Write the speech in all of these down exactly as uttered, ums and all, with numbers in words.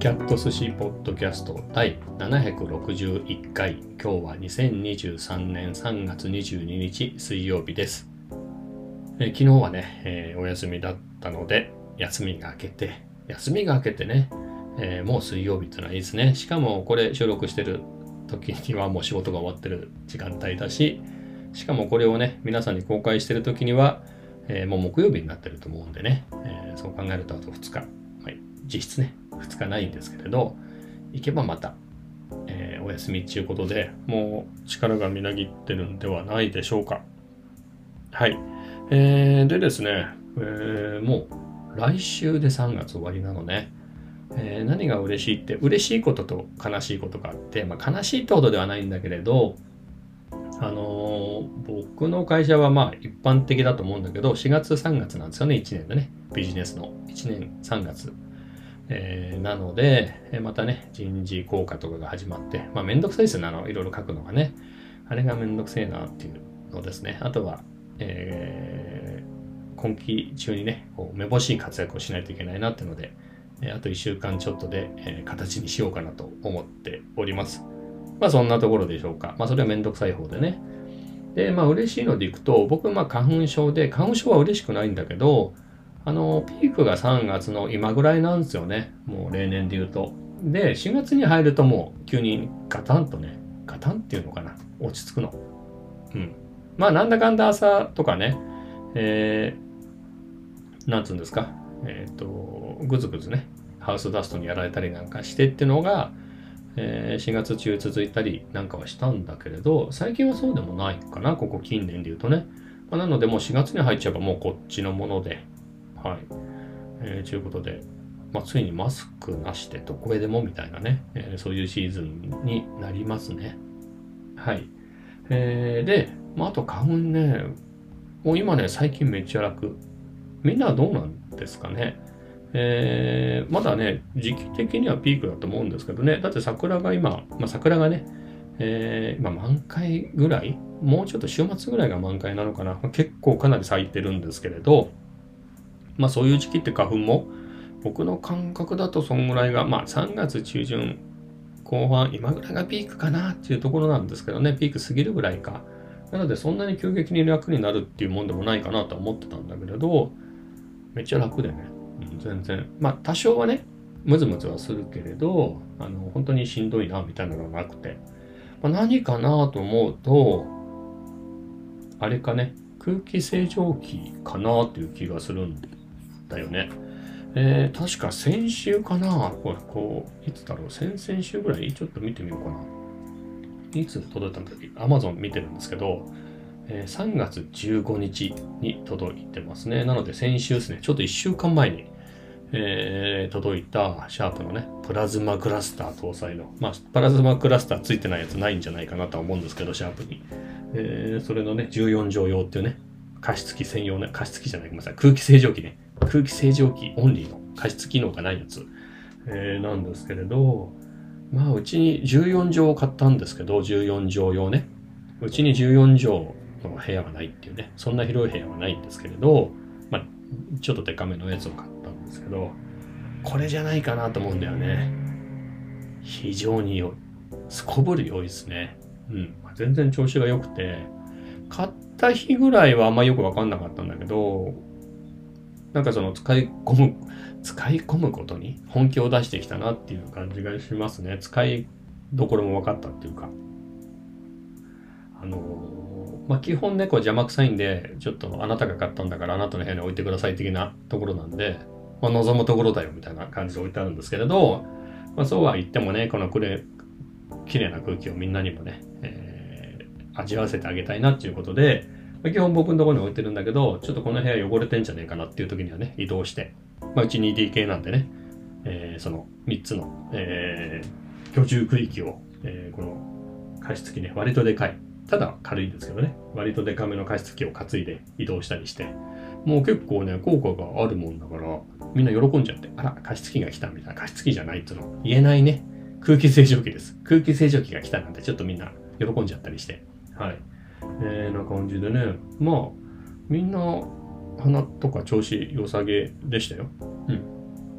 キャット寿司ポッドキャストだいななひゃくろくじゅういっかい。今日はにせんにじゅうさんねんさんがつにじゅうににち水曜日です。え昨日はね、えー、お休みだったので休みが明けて休みが明けてね、えー、もう水曜日ってのはいいですね。しかもこれ収録してる時にはもう仕事が終わってる時間帯だし、しかもこれをね皆さんに公開してる時には、えー、もう木曜日になってると思うんでね、えー、そう考えるとあとふつか、はい、実質ねふつかないんですけれど、行けばまた、えー、お休みっていうことでもう力がみなぎってるんではないでしょうか。はい、えー、でですね、えー、もう来週でさんがつ終わりなのね。えー、何が嬉しいって嬉しいことと悲しいことがあって、まあ、悲しいってほどではないんだけれど、あのー、僕の会社はまあ一般的だと思うんだけどしがつさんがつなんですよね。いちねんのねビジネスのいちねんさんがつ、えー、なのでまたね人事効果とかが始まってまあめんどくさいですよね。あのいろいろ書くのがねあれがめんどくせえなっていうのですね。あとは、えー、今期中にねこうめぼしい活躍をしないといけないなっていうのであといっしゅうかんちょっとで、えー、形にしようかなと思っております。まあそんなところでしょうか。まあそれはめんどくさい方でね。で、まあ嬉しいのでいくと、僕まあ花粉症で、花粉症は嬉しくないんだけど、あの、ピークがさんがつの今ぐらいなんですよね。もう例年で言うと。で、しがつに入るともう急にガタンとね、ガタンっていうのかな、落ち着くの。うん。まあなんだかんだ朝とかね、えー、なんつうんですか、えっと、ぐずぐずね、ハウスダストにやられたりなんかしてっていうのが、えー、しがつ中続いたりなんかはしたんだけれど、最近はそうでもないかな、ここ近年で言うとね。まあ、なのでもうしがつに入っちゃえばもうこっちのもので、はい。えー、ということで、まあ、ついにマスクなしでどこへでもみたいなね、えー、そういうシーズンになりますね。はい。えー、で、まあ、あと花粉ね、もう今ね、最近めっちゃ楽。みんなはどうなんですかね。えー、まだね、時期的にはピークだと思うんですけどね、だって桜が今、まあ、桜がね、えー、今満開ぐらい、もうちょっと週末ぐらいが満開なのかな、結構かなり咲いてるんですけれど、まあそういう時期って花粉も、僕の感覚だとそんぐらいが、まあさんがつちゅうじゅん後半、今ぐらいがピークかなっていうところなんですけどね、ピーク過ぎるぐらいか。なのでそんなに急激に楽になるっていうもんでもないかなと思ってたんだけれど、めっちゃ楽でね、うん、全然。まあ多少はね、ムズムズはするけれど、あの、本当にしんどいなみたいなのがなくて。まあ、何かなと思うと、あれかね、空気清浄機かなっていう気がするんだよね。えー、確か先週かなこれ、こう、いつだろう先々週ぐらいちょっと見てみようかな。いつ届いたんだっけ Amazon 見てるんですけど、えー、さんがつじゅうごにちに届いてますね。なので先週ですね、ちょっといっしゅうかんまえに、えー、届いたシャープのね、プラズマクラスター搭載の、まあ、プラズマクラスターついてないやつないんじゃないかなとは思うんですけど、シャープに。えー、それのね、じゅうよんじょう用っていうね、加湿器専用ね、加湿器じゃない、ごめんなさい、空気清浄機ね、空気清浄機オンリーの加湿機能がないやつ、えー、なんですけれど、まあ、うちにじゅうよんじょうを買ったんですけど、じゅうよんじょう用ね、うちにじゅうよんじょうの部屋がないっていうね、そんな広い部屋はないんですけれど、まあ、ちょっとデカめのやつを買ったんですけど、これじゃないかなと思うんだよね。非常に良い。すこぶる良いですね。うん。全然調子が良くて、買った日ぐらいはあんまよくわかんなかったんだけど、なんかその使い込む、使い込むことに本気を出してきたなっていう感じがしますね。使いどころも分かったっていうか。あのー、まあ、基本ね、こう邪魔くさいんで、ちょっとあなたが買ったんだからあなたの部屋に置いてください的なところなんで、まあ、望むところだよみたいな感じで置いてあるんですけれど、まあ、そうは言ってもね、このくれ、綺麗な空気をみんなにもね、えー、味わわせてあげたいなっていうことで、まあ、基本僕のところに置いてるんだけど、ちょっとこの部屋汚れてんじゃねえかなっていう時にはね、移動して、まあ、うち にディーケー なんでね、えー、そのみっつの、えー、居住区域を、えー、この加湿器ね、割とでかい。ただ軽いんですけどね、割とデカめの加湿器を担いで移動したりして、もう結構ね、効果があるもんだから、みんな喜んじゃって、あら、加湿器が来たみたいな、加湿器じゃないっていうの言えないね。空気清浄機です。空気清浄機が来たなんてちょっとみんな喜んじゃったりして。はい。えー、な感じでね。まあ、みんな鼻とか調子良さげでしたよ。うん。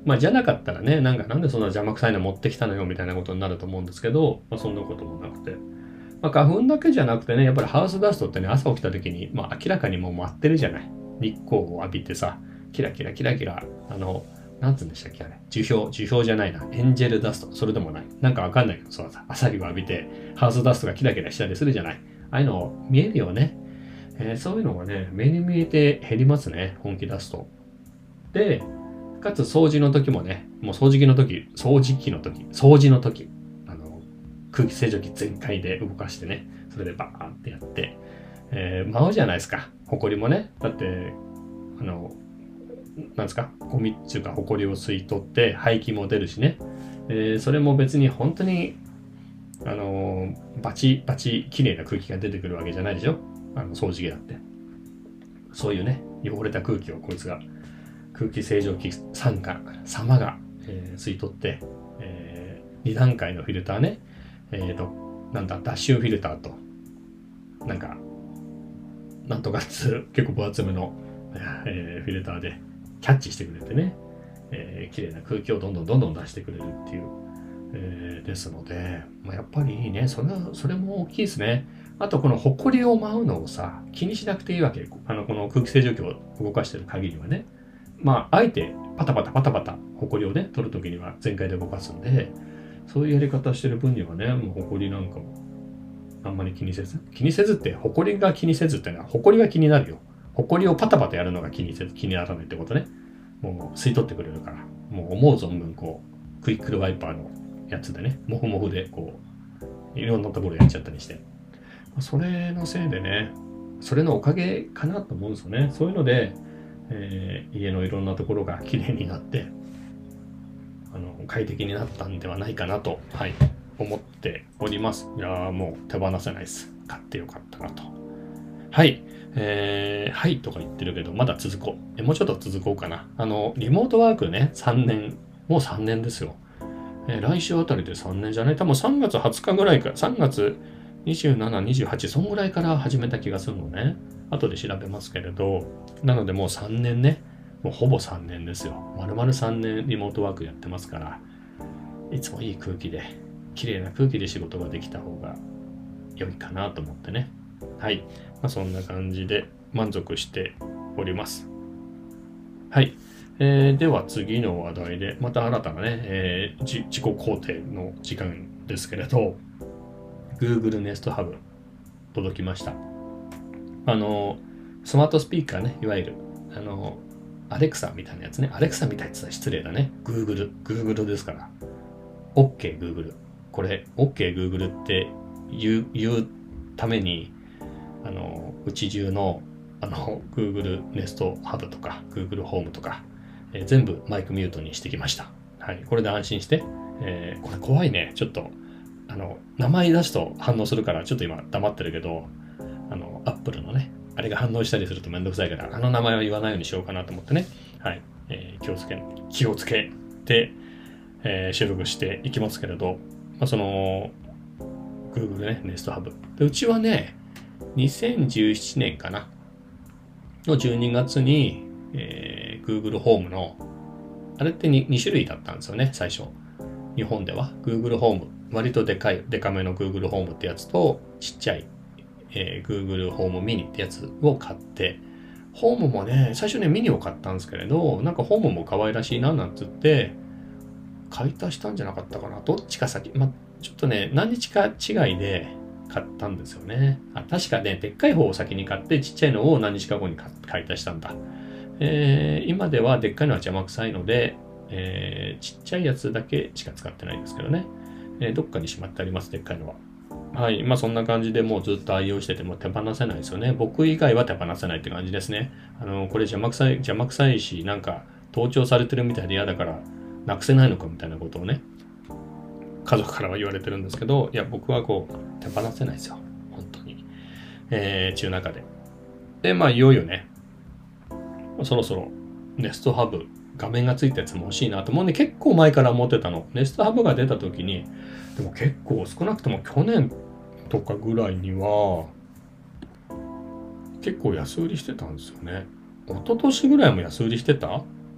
まあじゃなかったらね、なんかなんでそんな邪魔くさいの持ってきたのよみたいなことになると思うんですけど、まあそんなこともなくて。まあ花粉だけじゃなくてね、やっぱりハウスダストってね、朝起きた時に、まあ明らかにもう舞ってるじゃない。日光を浴びてさ、キラキラキラキラ、あの、なんつうんでしたっけあれ。樹氷、樹氷じゃないな。エンジェルダスト。それでもない。なんかわかんないけどさ、朝日を浴びて、ハウスダストがキラキラしたりするじゃない。ああいうの見えるよね。えー、そういうのがね、目に見えて減りますね。本気出すと。で、かつ掃除の時もね、もう掃除機の時、掃除機の時、掃除の時、あの、空気清浄機全開で動かしてね、それでバーンってやって、えー、舞うじゃないですか。ほこりもね。だって、あの、なんですか、ゴミっていうか、ほこりを吸い取って、排気も出るしね。えー、それも別に本当に、あのー、バチバチ綺麗な空気が出てくるわけじゃないでしょ。あの、掃除機だって。そういうね、汚れた空気をこいつが、空気清浄機さんが、様が、えー、吸い取って、えー、に段階のフィルターね、えーと、なんだ、脱臭フィルターと、なんか、なんとかつ、結構分厚めの、えー、フィルターでキャッチしてくれてね、えー、綺麗な空気をどんどんどんどん出してくれるっていう、えー、ですので、まあ、やっぱりいいね。それは、それも大きいですね。あと、このホコリを舞うのをさ、気にしなくていいわけ。あの、この空気清浄機を動かしてる限りはね。まあ、あえてパタパタパタパタ、ホコリをね、取るときには全開で動かすんで、そういうやり方してる分にはね、もうホコリなんかも、あんまり気にせず。気にせずって、ホコリが気にせずってのは、ホコリが気になるよ。ホコリをパタパタやるのが気にせず、気にならないってことね。もう吸い取ってくれるから。もう思う存分、こう、クイックルワイパーのやつでね、モフモフで、こう、いろんなところやっちゃったりして。それのせいでね、それのおかげかなと思うんですよね。そういうので、えー、家のいろんなところがきれいになって、あの、快適になったんではないかなと、はい、思っております。いやーもう手放せないです。買ってよかったなと。はい。えー、はいとか言ってるけど、まだ続こう。え、もうちょっと続こうかな。あの、リモートワークね、さんねん、もうさんねんですよ。えー、来週あたりでさんねんじゃない？多分さんがつはつかぐらいか、さんがつにじゅうしち、にじゅうはち、そんぐらいから始めた気がするのね。後で調べますけれど、なのでもうさんねんね、もうほぼさんねんですよ。丸々さんねんリモートワークやってますから、いつもいい空気で、綺麗な空気で仕事ができた方が良いかなと思ってね。はい。まあ、そんな感じで満足しております。はい。えー、では次の話題で、また新たなね、えー、自己肯定の時間ですけれど、Google Nest Hub 届きました。あの、スマートスピーカーね、いわゆる、あの、アレクサみたいなやつね。アレクサみたいって言ったら失礼だね。Google。Google ですから。OK Google。これ、OK Google って言う、言うために、あの、うち中の、あの、Google Nest Hub とか、Google Home とか、えー、全部マイクミュートにしてきました。はい。これで安心して。えー、これ怖いね。ちょっと、あの、名前出すと反応するから、ちょっと今黙ってるけど、あの、Apple のね、あれが反応したりするとめんどくさいから、あの名前は言わないようにしようかなと思ってね。はい。えー、気をつけ、気をつけて、えー、収録していきますけれど、まあ、その、Google ね、Nest Hub。で、うちはね、にせんじゅうななねんかなのじゅうにがつに、えー、Google ホームの、あれって 2, に種類だったんですよね、最初。日本では Google ホーム、割とでかい、でかめの Google ホームってやつと、ちっちゃい、えー、Google ホームミニってやつを買って、ホームもね、最初ね、ミニを買ったんですけれど、なんかホームも可愛らしいな、なんつって、買い足したんじゃなかったかな。どっちか先、ま、ちょっとね、何日か違いで買ったんですよね。あ、確かね、でっかい方を先に買って、ちっちゃいのを何日か後に買い足したんだ。えー、今ではでっかいのは邪魔くさいので、えー、ちっちゃいやつだけしか使ってないんですけどね。えー、どっかにしまってあります、でっかいのは。はい。まあそんな感じでもうずっと愛用してても手放せないですよね。僕以外は手放せないって感じですね。あの、これ邪魔くさい、邪魔くさいし、なんか盗聴されてるみたいで嫌だからなくせないのかみたいなことをね、家族からは言われてるんですけど、いや、僕はこう、手放せないですよ。本当に。えー、中中で。で、まあいよいよね、そろそろネストハブ、画面がついたやつも欲しいなと思うんで、結構前から思ってたの。ネストハブが出た時に、でも結構少なくとも去年とかぐらいには、結構安売りしてたんですよね。一昨年ぐらいも安売りしてた？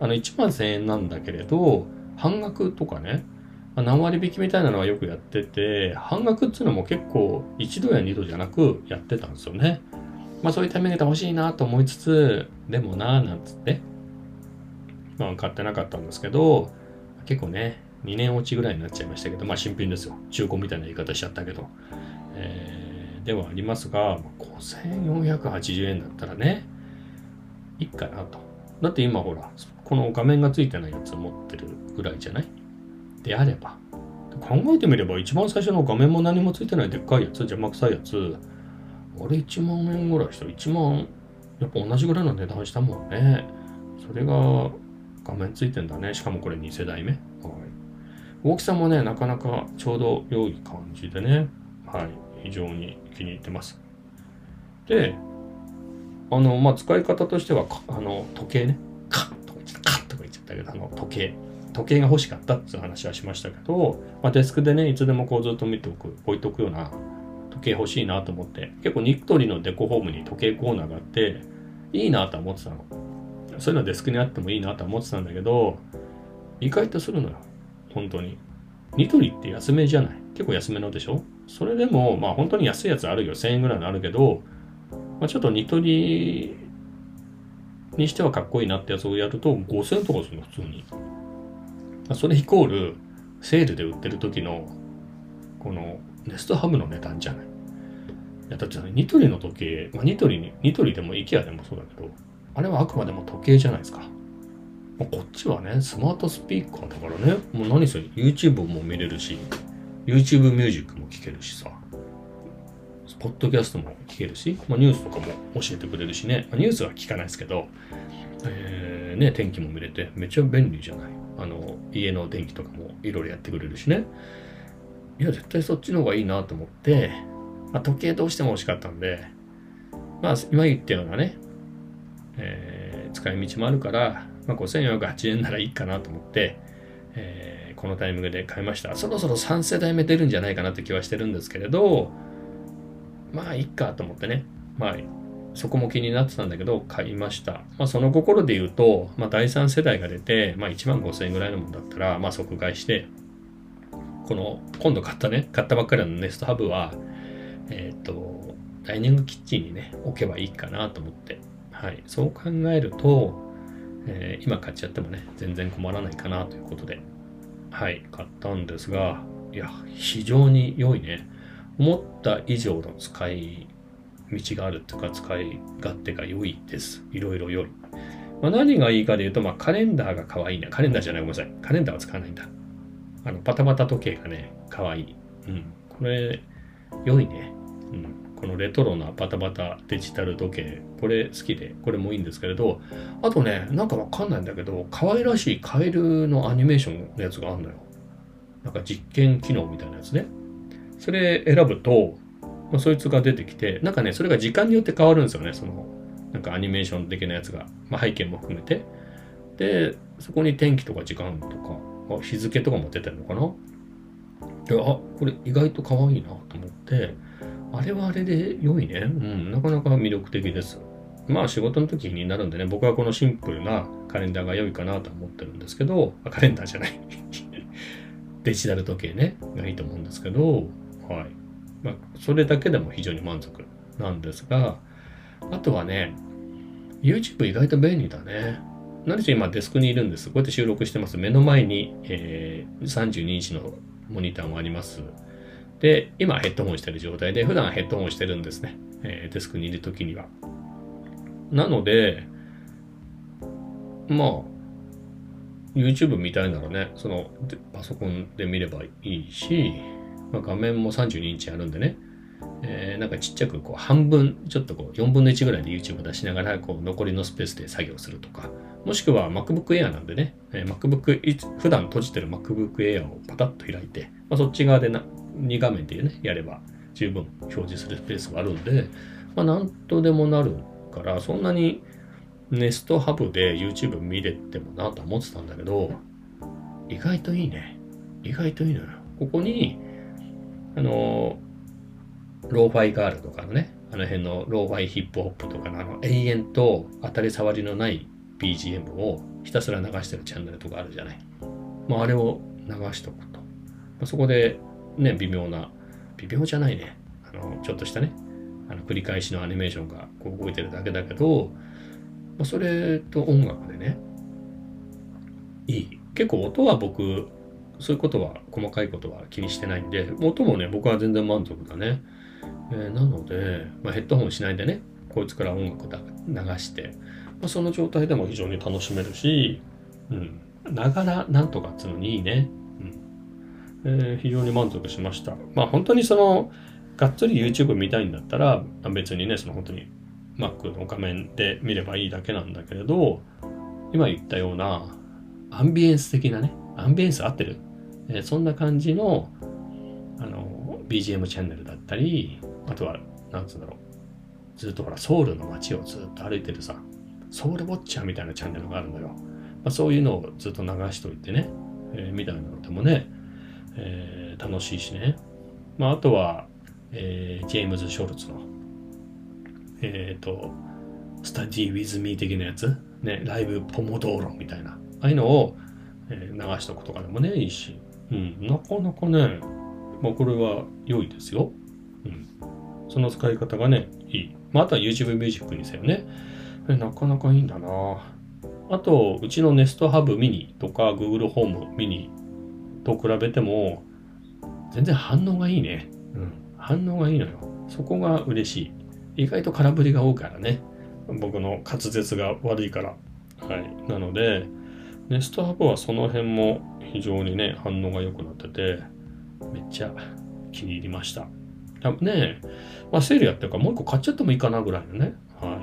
あのいちまんせんえんなんだけれど、半額とかね、何割引きみたいなのはよくやってて、半額っていうのも結構いちどやにどじゃなくやってたんですよね。まあそういうタイミングで欲しいなと思いつつ、でもなーなんつって、まあ買ってなかったんですけど、結構ね、にねん落ちぐらいになっちゃいましたけど、まあ新品ですよ。中古みたいな言い方しちゃったけど。えー、ではありますが、ごせんよんひゃくはちじゅうえんだったらね、いいかなと。だって今ほら、この画面がついてないやつを持ってるぐらいじゃない？であれば。考えてみれば一番最初の画面も何もついてないでっかいやつ、邪魔くさいやつ、あれいちまんえんぐらいしたらいちまん、やっぱ同じぐらいの値段したもんね。それが画面ついてんだね。しかもこれに世代目。はい、大きさもね、なかなかちょうど良い感じでね。はい。非常に気に入ってます。で、あの、まあ、使い方としては、あの、時計ね。カッとか言っちゃった、カッとか言っちゃったけど、あの、時計。時計が欲しかったっていう話はしましたけど、まあ、デスクでね、いつでもこうずっと見ておく、置いとくような時計欲しいなと思って、結構ニトリのデコホームに時計コーナーがあって、いいなと思ってたの。そういうのデスクにあってもいいなと思ってたんだけど、意外とするのよ。本当に。ニトリって安めじゃない？結構安めのでしょ？それでも、まあ本当に安いやつあるよ。せんえんぐらいのあるけど、まあ、ちょっとニトリにしてはかっこいいなってやつをやるとごせんえんとかするの、普通に。それイコール、セールで売ってる時の、この、ネストハムの値段じゃない。いや、だってね、ニトリの時計、まあ、ニトリに、ニトリでもイケアでもそうだけど、あれはあくまでも時計じゃないですか。まあ、こっちはね、スマートスピーカーだからね、もう何せ YouTube も見れるし、YouTube ミュージックも聴けるしさ、ポッドキャストも聞けるし、まあ、ニュースとかも教えてくれるしね、まあ、ニュースは聞かないですけど、えー、ね、天気も見れてめっちゃ便利じゃない。あの、家の電気とかもいろいろやってくれるしね。いや、絶対そっちの方がいいなと思って、まあ、時計どうしても欲しかったんで、まあ、今言ったようなね、えー、使い道もあるから、まあ、ごせんよんひゃくはちじゅうえんならいいかなと思って、えー、このタイミングで買いました。そろそろさん世代目出るんじゃないかなって気はしてるんですけれど、まあいいかと思ってね。まあそこも気になってたんだけど買いました。まあその心で言うと、まあだいさん世代が出て、まあいちまんごせんえんぐらいのもんだったら、まあ即買いして、この今度買ったね、買ったばっかりのネストハブは、えっと、ダイニングキッチンにね、置けばいいかなと思って。はい。そう考えると、えー、今買っちゃってもね、全然困らないかなということで、はい、買ったんですが、いや、非常に良いね。思った以上の使い道があるっていうか、使い勝手が良いです。いろいろ良い。まあ、何がいいかで言うと、まあ、カレンダーが可愛いね。カレンダーじゃない、ごめんなさい。カレンダーは使わないんだ。あの、パタパタ時計がね、可愛い。うん。これ、良いね。うん。このレトロなパタパタデジタル時計、これ好きで、これもいいんですけれど、あとね、なんかわかんないんだけど、可愛らしいカエルのアニメーションのやつがあるのよ。なんか実験機能みたいなやつね。それ選ぶと、まあ、そいつが出てきて、なんかね、それが時間によって変わるんですよね。その、なんかアニメーション的なやつが、まあ、背景も含めて。で、そこに天気とか時間とか、日付とかも出てるのかな。で、あ、これ意外と可愛いなと思って、あれはあれで良いね。うん、なかなか魅力的です。まあ仕事の時になるんでね、僕はこのシンプルなカレンダーが良いかなと思ってるんですけど、カレンダーじゃない。デジタル時計ね、がいいと思うんですけど、はい。まあ、それだけでも非常に満足なんですが、あとはね、YouTube 意外と便利だね。何せ今デスクにいるんです。こうやって収録してます。目の前に、えー、さんじゅうにインチのモニターもあります。で、今ヘッドホンしてる状態で、普段ヘッドホンしてるんですね。えー、デスクにいるときには。なので、まあ、YouTube 見たいならね、そのパソコンで見ればいいし、まあ、画面もさんじゅうにインチあるんでね、えー、なんかちっちゃくこう半分、ちょっとこうよんぶんのいちぐらいで YouTube 出しながらこう残りのスペースで作業するとか、もしくは MacBook Air なんでね、えー、MacBook、普段閉じてる MacBook Air をパタッと開いて、まあ、そっち側でなに画面でね、やれば十分表示するスペースがあるんで、まあ、なんとでもなるから、そんなにネストハブで YouTube 見れてもなと思ってたんだけど、意外といいね。意外といいのよ。ここに、あの、ローファイガールとかのね、あの辺のローファイヒップホップとかのあの永遠と当たり障りのないビージーエム をひたすら流してるチャンネルとかあるじゃない。まあ、あれを流しておくと。まあ、そこでね、微妙な、微妙じゃないね。あの、ちょっとしたね、あの繰り返しのアニメーションがこう動いてるだけだけど、まあ、それと音楽でね、いい。結構音は僕、そういうことは、細かいことは気にしてないんで、音もね、僕は全然満足だね。えー、なので、まあ、ヘッドホンしないでね、こいつから音楽だ流して、まあ、その状態でも非常に楽しめるし、うん、ながらなんとかっつうのにいいね。うん、えー、非常に満足しました。まあ本当にその、がっつり YouTube 見たいんだったら、別にね、その本当に Mac の画面で見ればいいだけなんだけれど、今言ったようなアンビエンス的なね、アンビエンス合ってる、えー、そんな感じの、あの、ビージーエム チャンネルだったり、あとは、なんつうんだろう、ずっとほら、ソウルの街をずっと歩いてるさ、ソウルウォッチャーみたいなチャンネルがあるのよ。まあ、そういうのをずっと流しといてね、えー、みたいなのでもね、えー、楽しいしね。まあ、あとは、えー、ジェームズ・ショルツの、えっ、ー、と、スタディ・ウィズ・ミー的なやつ、ね、ライブ・ポモドーロみたいな、ああいうのを、えー、流しとくとかでもね、いいし、うん、なかなかね、まあ、これは良いですよ。うん。その使い方がね、いい。まあ、あとは YouTube ミュージックにせよね。なかなかいいんだな。あと、うちの Nest Hub Mini とか Google Home Mini と比べても、全然反応がいいね。うん。反応がいいのよ。そこが嬉しい。意外と空振りが多いからね。僕の滑舌が悪いから。はい。なので、Nest Hub はその辺も非常にね、反応が良くなってて、めっちゃ気に入りました。ねえ、まあ、セールやってるからもう一個買っちゃってもいいかなぐらいのね。はい。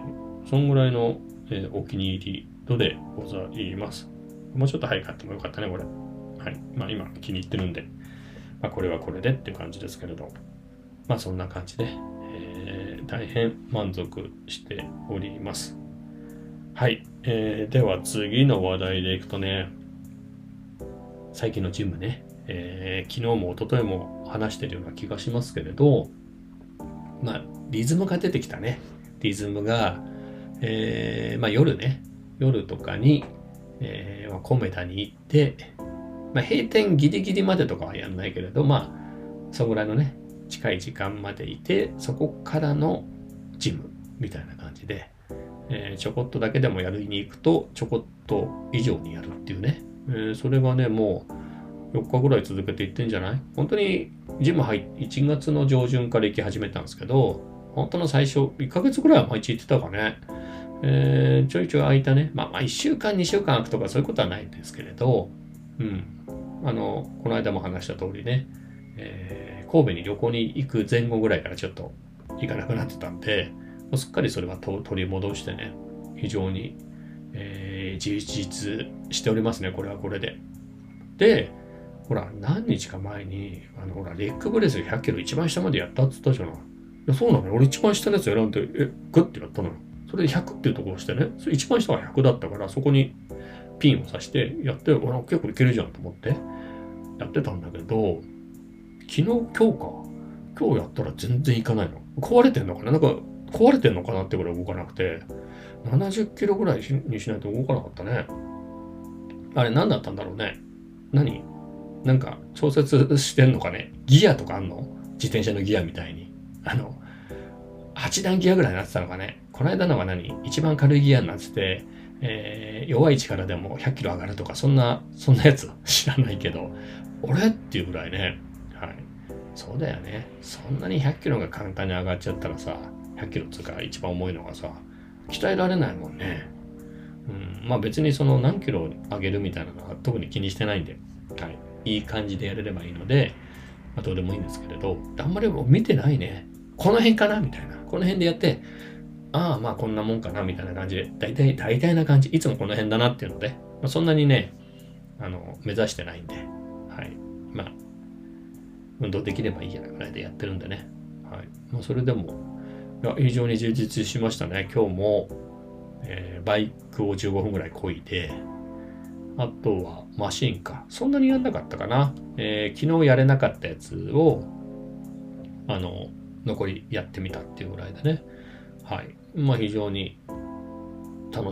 そんぐらいの、えー、お気に入り度でございます。もうちょっと早く買ってもよかったね、これ。はい。まあ今気に入ってるんで、まあこれはこれでっていう感じですけれど。まあそんな感じで、えー、大変満足しております。はい。えー、では次の話題でいくとね、最近のジムね。えー、昨日も一昨日も話してるような気がしますけれど、まあ、リズムが出てきたね。リズムが、えー、まあ夜ね、夜とかに、えー、コメダに行って、まあ閉店ギリギリまでとかはやんないけれど、まあ、そこぐらいのね、近い時間までいて、そこからのジムみたいな感じで、えー、ちょこっとだけでもやりに行くと、ちょこっと以上にやるっていうね。えー、それがね、もう、よっかぐらい続けていってんじゃない？本当にジム入っていちがつの上旬から行き始めたんですけど、本当の最初、いっかげつぐらいは毎日行ってたかね。えー、ちょいちょい空いたね。まあまあいっしゅうかん、にしゅうかん空くとかそういうことはないんですけれど、うん。あの、この間も話した通りね、えー、神戸に旅行に行く前後ぐらいからちょっと行かなくなってたんで、もうすっかりそれは取り戻してね、非常に、えー、充実しておりますね、これはこれで。で、ほら、何日か前に、あの、ほら、レッグブレスひゃっキロ一番下までやったって言ったじゃない。いや、そうなのよ。俺一番下のやつ選んで、え、グッてやったのよ。それでひゃくっていうところをしてね、それ一番下がひゃくだったから、そこにピンを刺してやって、ほら、結構いけるじゃんと思って、やってたんだけど、昨日、今日か。今日やったら全然いかないの。壊れてんのかななんか、壊れてんのかなってぐらい動かなくて、ななじゅっキロぐらいにしないと動かなかったね。あれ何だったんだろうね。何なんか調節してんのかね。ギアとかあんの？自転車のギアみたいに。あの、はちだんギアぐらいになってたのかね。この間のが何？一番軽いギアになってて、えー、弱い力でもひゃっキロ上がるとか、そんな、そんなやつ知らないけど、俺っていうぐらいね。はい。そうだよね。そんなにひゃっキロが簡単に上がっちゃったらさ、ひゃっキロつうか一番重いのがさ、鍛えられないもんね。うん。まあ別にその何キロ上げるみたいなのは特に気にしてないんで、はい。いい感じでやれればいいので、まあ、どうでもいいんですけれど、あんまり見てないね。この辺かなみたいな。この辺でやって、ああ、まあこんなもんかなみたいな感じで、大体、大体な感じ、いつもこの辺だなっていうので、まあ、そんなにね、あの、目指してないんで、はい。まあ、運動できればいいやぐらいでやってるんでね。はい。まあ、それでも、いや非常に充実しましたね。今日も、えー、バイクをじゅうごふんぐらい漕いで、あとはマシンか。そんなにやんなかったかな。えー、昨日やれなかったやつを、あの、残りやってみたっていうぐらいでね。はい。まあ非常に楽しかっ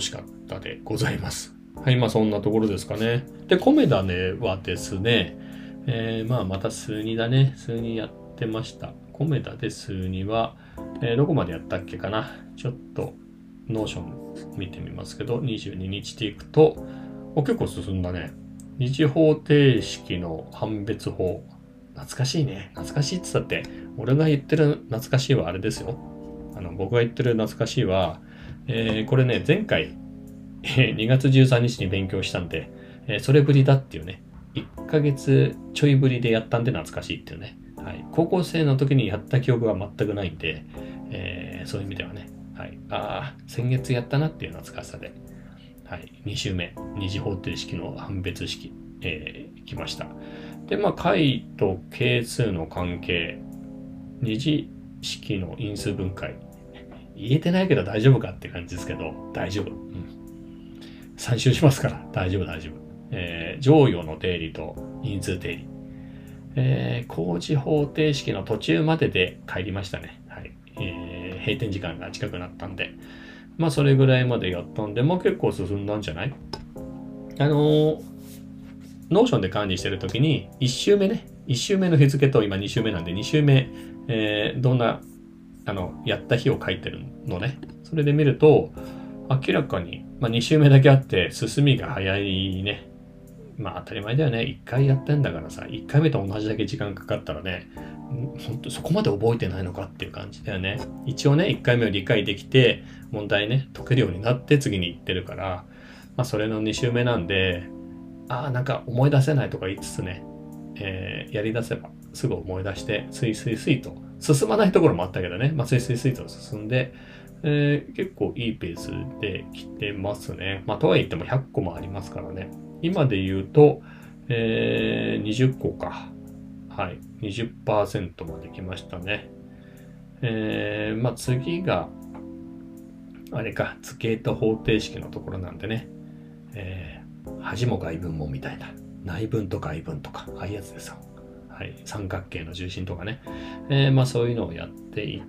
ったでございます。はい、まあそんなところですかね。で、コメダねはですね、えー、まあまた数にだね。数にやってました。コメダで数には、えー、どこまでやったっけかな。ちょっとノーション見てみますけど、にじゅうににちでいくと、お結構進んだね。二次方程式の判別法。懐かしいね。懐かしいって言ったって、俺が言ってる懐かしいはあれですよ。あの、僕が言ってる懐かしいは、えー、これね、前回、にがつじゅうさんにちに勉強したんで、えー、それぶりだっていうね、いっかげつちょいぶりでやったんで懐かしいっていうね。はい。高校生の時にやった記憶は全くないんで、えー、そういう意味ではね、はい。ああ、先月やったなっていう懐かしさで、はい。に週目、二次方程式の判別式、えー、来ました。で、まあ、解と係数の関係、二次式の因数分解。言えてないけど大丈夫かって感じですけど、大丈夫。うん。参集しますから、大丈夫、大丈夫。えー、乗与の定理と因数定理。えー、工事方程式の途中までで帰りましたね。はい。えー、閉店時間が近くなったんで。まあ、それぐらいまでやったんで、まあ結構進んだんじゃない？あのー、ノーションで管理してるときに、いち週目ね、いち週目の日付と今に週目なんで、に週目、えー、どんな、あの、やった日を書いてるのね。それで見ると、明らかに、まあに週目だけあって、進みが早いね。まあ当たり前だよね。いっかいやってんだからさ、いっかいめと同じだけ時間かかったらね、本当そこまで覚えてないのかっていう感じだよね。一応ね、いっかいめを理解できて、問題ね、解けるようになって次に行ってるから、まあそれのに週目なんで、ああ、なんか思い出せないとか言いつつね、えー、やり出せばすぐ思い出して、スイスイスイと、進まないところもあったけどね、まあスイスイスイと進んで、えー、結構いいペースで来てますね。まあとはいってもひゃっこもありますからね。今で言うと、えー、にじゅっこか。はい。にじゅっパーセント まで来ましたね。えー、まあ次が、あれか、図形と方程式のところなんでね。えー、端も外分もみたいな。内分と外分とか、ああいうやつですよ。はい。三角形の重心とかね。えー、まあそういうのをやっていって、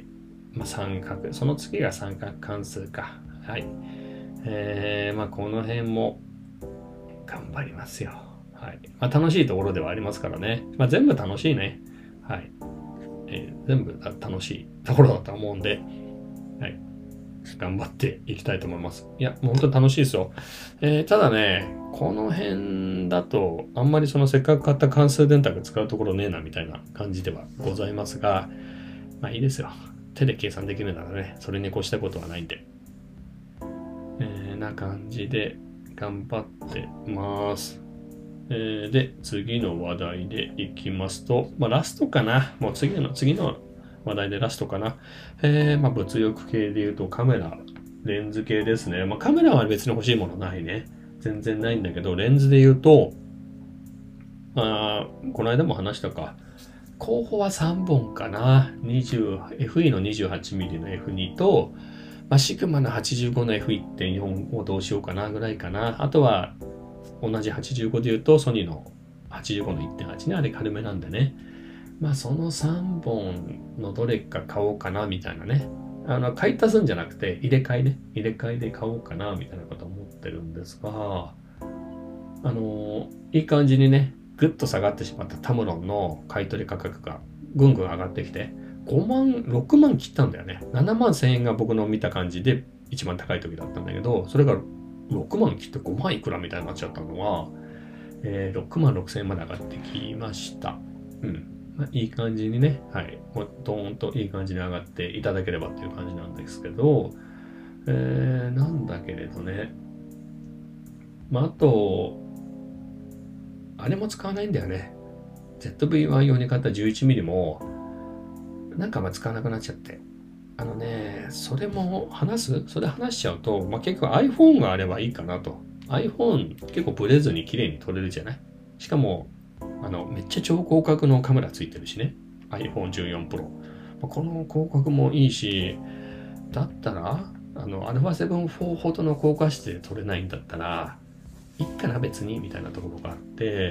まあ三角、その次が三角関数か。はい。えー、まあこの辺も、頑張りますよ。はい。まあ、楽しいところではありますからね。まあ、全部楽しいね。はい。えー、全部楽しいところだと思うんで、はい。頑張っていきたいと思います。いや、もう本当に楽しいですよ。えー、ただね、この辺だと、あんまりそのせっかく買った関数電卓使うところねえなみたいな感じではございますが、まあいいですよ。手で計算できるならね、それに越したことはないんで。えー、な感じで、頑張ってます。えー、で、次の話題でいきますと、まあ、ラストかな。もう次の、次の話題でラストかな。えー、まあ、物欲系で言うとカメラ、レンズ系ですね。まあ、カメラは別に欲しいものないね。全然ないんだけど、レンズで言うと、あこの間も話したか。候補はさんぼんかな。にじゅう、エフイー の にじゅうはちミリ の エフツー と、まあ、シグマのはちじゅうごの エフいってんよん をどうしようかなぐらいかな。あとは、同じはちじゅうごで言うと、ソニーのはちじゅうごの いってんはち ね、あれ軽めなんでね。まあ、そのさんぼんのどれか買おうかな、みたいなね。あの、買い足すんじゃなくて、入れ替えね。入れ替えで買おうかな、みたいなこと思ってるんですが、あのいい感じにね、ぐっと下がってしまったタムロンの買い取り価格がぐんぐん上がってきて、ごまん、ろくまん切ったんだよね。ななまんせんえんが僕の見た感じで一番高い時だったんだけど、それがろくまん切ってごまんいくらみたいになっちゃったのは、えー、ろくまんろくせんえんまで上がってきました。うん。まあ、いい感じにね、はい。もうドーンといい感じに上がっていただければっていう感じなんですけど、えー、なんだけれどね。まあ、あと、あれも使わないんだよね。ゼットブイワン 用に買った じゅういちミリ も、なんかまあ使わなくなっちゃって。あのね、それも話すそれ話しちゃうと、まあ、結構 iPhone があればいいかなと。iPhone 結構ブレずに綺麗に撮れるじゃない？しかも、あの、めっちゃ超広角のカメラついてるしね。アイフォンじゅうよんプロ。この広角もいいし、だったら、あの、アルファセブンフォー ほどの高画質で撮れないんだったら、いいかな別にみたいなところがあって、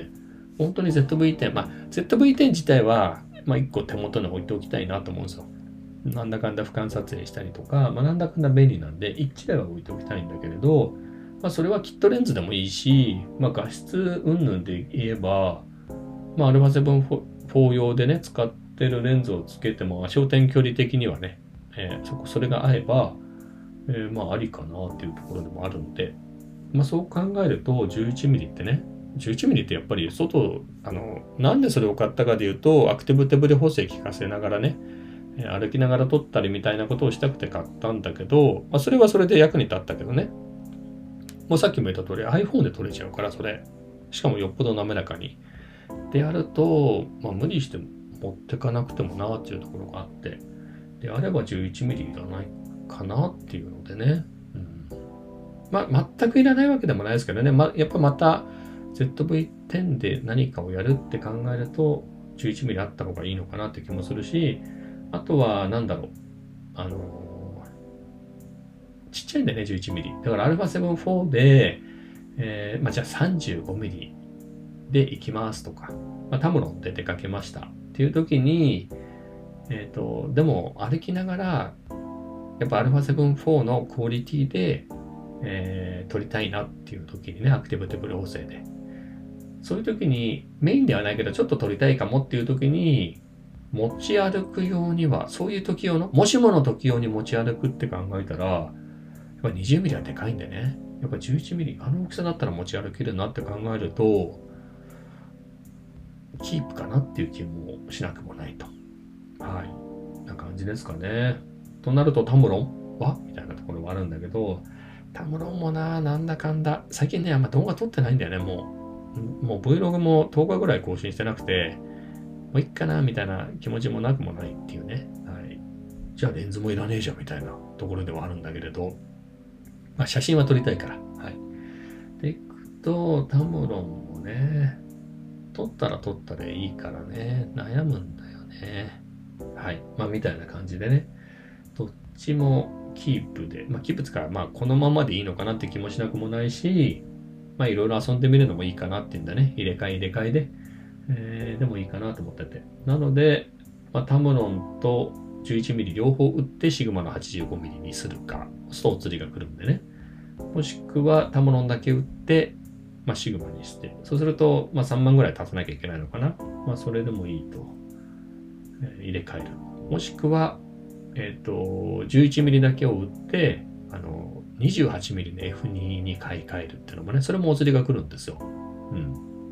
本当に ゼットブイテン、まあ ゼットブイテン 自体は、まあいっこ手元に置いておきたいなと思うんですよ。 なんだかんだ俯瞰撮影したりとか、まあ、なんだかんだ便利なんで、いちだいは置いておきたいんだけれど、まあ、それはキットレンズでもいいし、まあ、画質云々で言えば、まあ、アルファセブンフォー 用でね、使ってるレンズをつけても、焦点距離的にはね、えー、そこ、それが合えば、えー、まあ、ありかなっていうところでもあるんで、まあ、そう考えると、じゅういちミリ ってね、じゅういちミリ ってやっぱり外、あの、なんでそれを買ったかでいうと、アクティブ手ブレ補正効かせながらね、歩きながら撮ったりみたいなことをしたくて買ったんだけど、まあ、それはそれで役に立ったけどね。もうさっきも言った通り iPhone で撮れちゃうから、それ。しかもよっぽど滑らかに。でやると、まあ、無理して持ってかなくてもなっていうところがあって、であれば じゅういちミリ いらないかなっていうのでね。うん、まあ、全くいらないわけでもないですけどね。ま、やっぱまた ゼットブイテン で何かをやるって考えると じゅういちミリ あった方がいいのかなって気もするし、あとはなんだろう。あのー、ちっちゃいんだよね、じゅういちミリ。だから アルファセブンフォー で、えー、まあ、じゃあ さんじゅうごミリ で行きますとか、まあ、タムロンで出かけましたっていう時に、えっと、でも歩きながら、やっぱ アルファセブンフォー のクオリティで、えー、撮りたいなっていう時にね、アクティブ手ブレ補正で。そういう時に、メインではないけど、ちょっと撮りたいかもっていう時に、持ち歩く用には、そういう時用の、もしもの時用に持ち歩くって考えたら、やっぱ にじゅうミリ はでかいんでね。やっぱ じゅういちミリ、あの大きさだったら持ち歩けるなって考えると、キープかなっていう気もしなくもないと。はい。な感じですかね。となるとタムロンはみたいなところはあるんだけど、タムロンもな、なんだかんだ。最近ね、あんま動画撮ってないんだよね、もう。もう Vlog もとおかぐらい更新してなくて、もういっかな、みたいな気持ちもなくもないっていうね。はい。じゃあレンズもいらねえじゃん、みたいなところではあるんだけれど、まあ写真は撮りたいから。はい。でいくと、タムロンもね、撮ったら撮ったでいいからね、悩むんだよね。はい。まあみたいな感じでね、どっちもキープで、まあキープつか、まあこのままでいいのかなって気もしなくもないし、まあいろいろ遊んでみるのもいいかなっていうんだね。入れ替え入れ替えで。えー、でもいいかなと思ってて。なので、まあ、タムロンと じゅういちミリ 両方打ってシグマの はちじゅうごミリ にするか。そうするとお釣りが来るんでね。もしくはタムロンだけ打って、まあ、シグマにして。そうすると、まあ、さんまんぐらい足さなきゃいけないのかな。まあ、それでもいいと。えー、入れ替える。もしくは、えっと、じゅういちミリ だけを打って、あの、にじゅうはちミリ の エフツー に買い替えるっていうのもね、それもお釣りが来るんですよ。うん。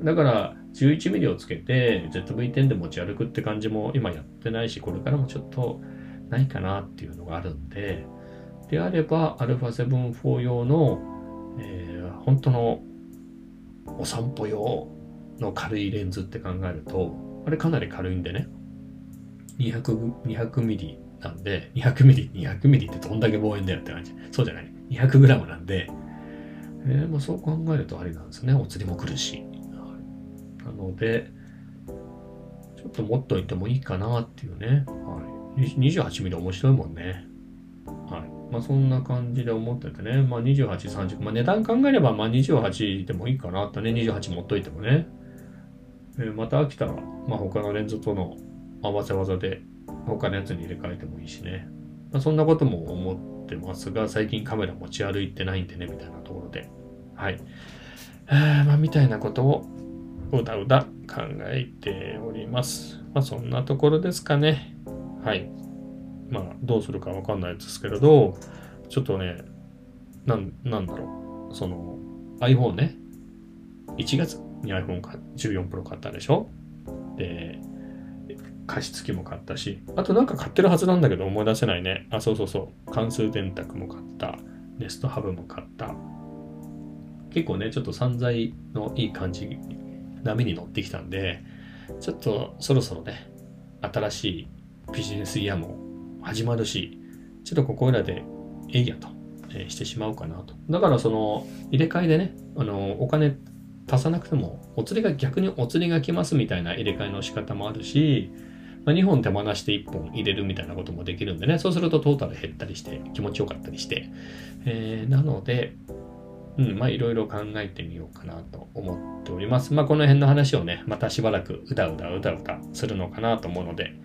だから、じゅういちミリ をつけて ゼットブイテン で持ち歩くって感じも今やってないし、これからもちょっとないかなっていうのがあるんで、であれば アルファセブンフォー 用の、えー、本当のお散歩用の軽いレンズって考えると、あれかなり軽いんでね、にひゃくミリなんで、にひゃくミリ、にひゃくミリってどんだけ望遠だよって感じ。そうじゃない。にひゃくグラム なんで、えーまあ、そう考えるとありなんですね。お釣りも来るし。なので、ちょっと持っといてもいいかなっていうね。はい、にじゅうはちミリ 面白いもんね。はい。まあそんな感じで思っててね。まあにじゅうはち、さんじゅう、まあ値段考えればまあにじゅうはちでもいいかなとね。にじゅうはち持っといてもね。えー、また飽きたら、まあ他のレンズとの合わせ技で他のやつに入れ替えてもいいしね。まあそんなことも思ってますが、最近カメラ持ち歩いてないんでね、みたいなところで。はい。えー、まあみたいなことをうだうだ考えております。まあそんなところですかね。はい。まあどうするかわかんないですけれど、ちょっとね、なん、なんだろう。その iPhone ね、いちがつに iPhone じゅうよん Pro 買ったでしょ。で、加湿器も買ったし、あとなんか買ってるはずなんだけど思い出せないね。あ、そうそうそう。関数電卓も買った。ネストハブも買った。結構ね、ちょっと散財のいい感じ波に乗ってきたんで、ちょっとそろそろね、新しいビジネスイヤーも始まるし、ちょっとここらでえいやと、えー、してしまおうかなと。だからその入れ替えでね、あのお金足さなくてもお釣りが逆にお釣りが来ますみたいな入れ替えの仕方もあるし、まあ、にほん手放していっぽん入れるみたいなこともできるんでね、そうするとトータル減ったりして気持ちよかったりして、えー、なので、うん、まあいろいろ考えてみようかなと思っております。まあこの辺の話をね、またしばらくうだうだうだうだするのかなと思うので、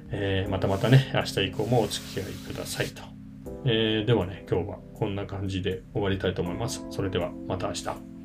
えーまたまたね、明日以降もお付き合いくださいと。えーではね、今日はこんな感じで終わりたいと思います。それではまた明日。